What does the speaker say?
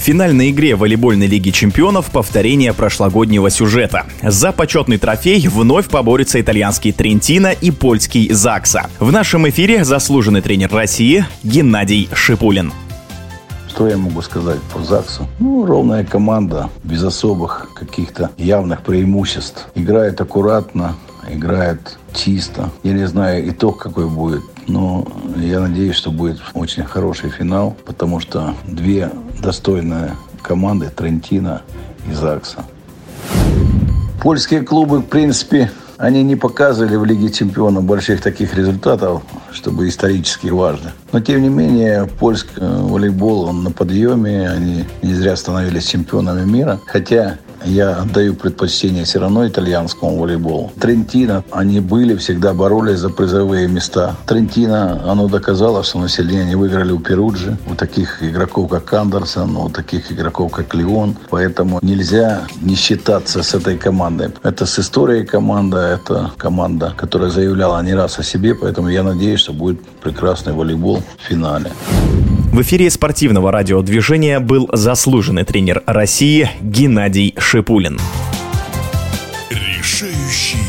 финальной игре волейбольной Лиги чемпионов повторение прошлогоднего сюжета. За почетный трофей вновь поборются итальянский Трентино и польский Закса. В нашем эфире заслуженный тренер России Геннадий Шипулин. Что я могу сказать по Заксу? Ровная команда, без особых каких-то явных преимуществ. Играет аккуратно, играет чисто. Я не знаю, итог какой будет, но я надеюсь, что будет очень хороший финал, потому что две достойные команды, Трентино и Закса. Польские клубы, в принципе, они не показывали в Лиге чемпионов больших таких результатов, чтобы исторически важно. Но, тем не менее, польский волейбол, он на подъеме. Они не зря становились чемпионами мира. Хотя я отдаю предпочтение все равно итальянскому волейболу. Трентино, они были, всегда боролись за призовые места. Трентино, оно доказало, что на сильнее они выиграли у Перуджи. У таких игроков, как Андерсон, у таких игроков, как Леон. Поэтому нельзя не считаться с этой командой. Это с историей команда, это команда, которая заявляла не раз о себе. Поэтому я надеюсь, что будет прекрасный волейбол в финале. В эфире спортивного радиодвижения был заслуженный тренер России Геннадий Шипулин. Решающий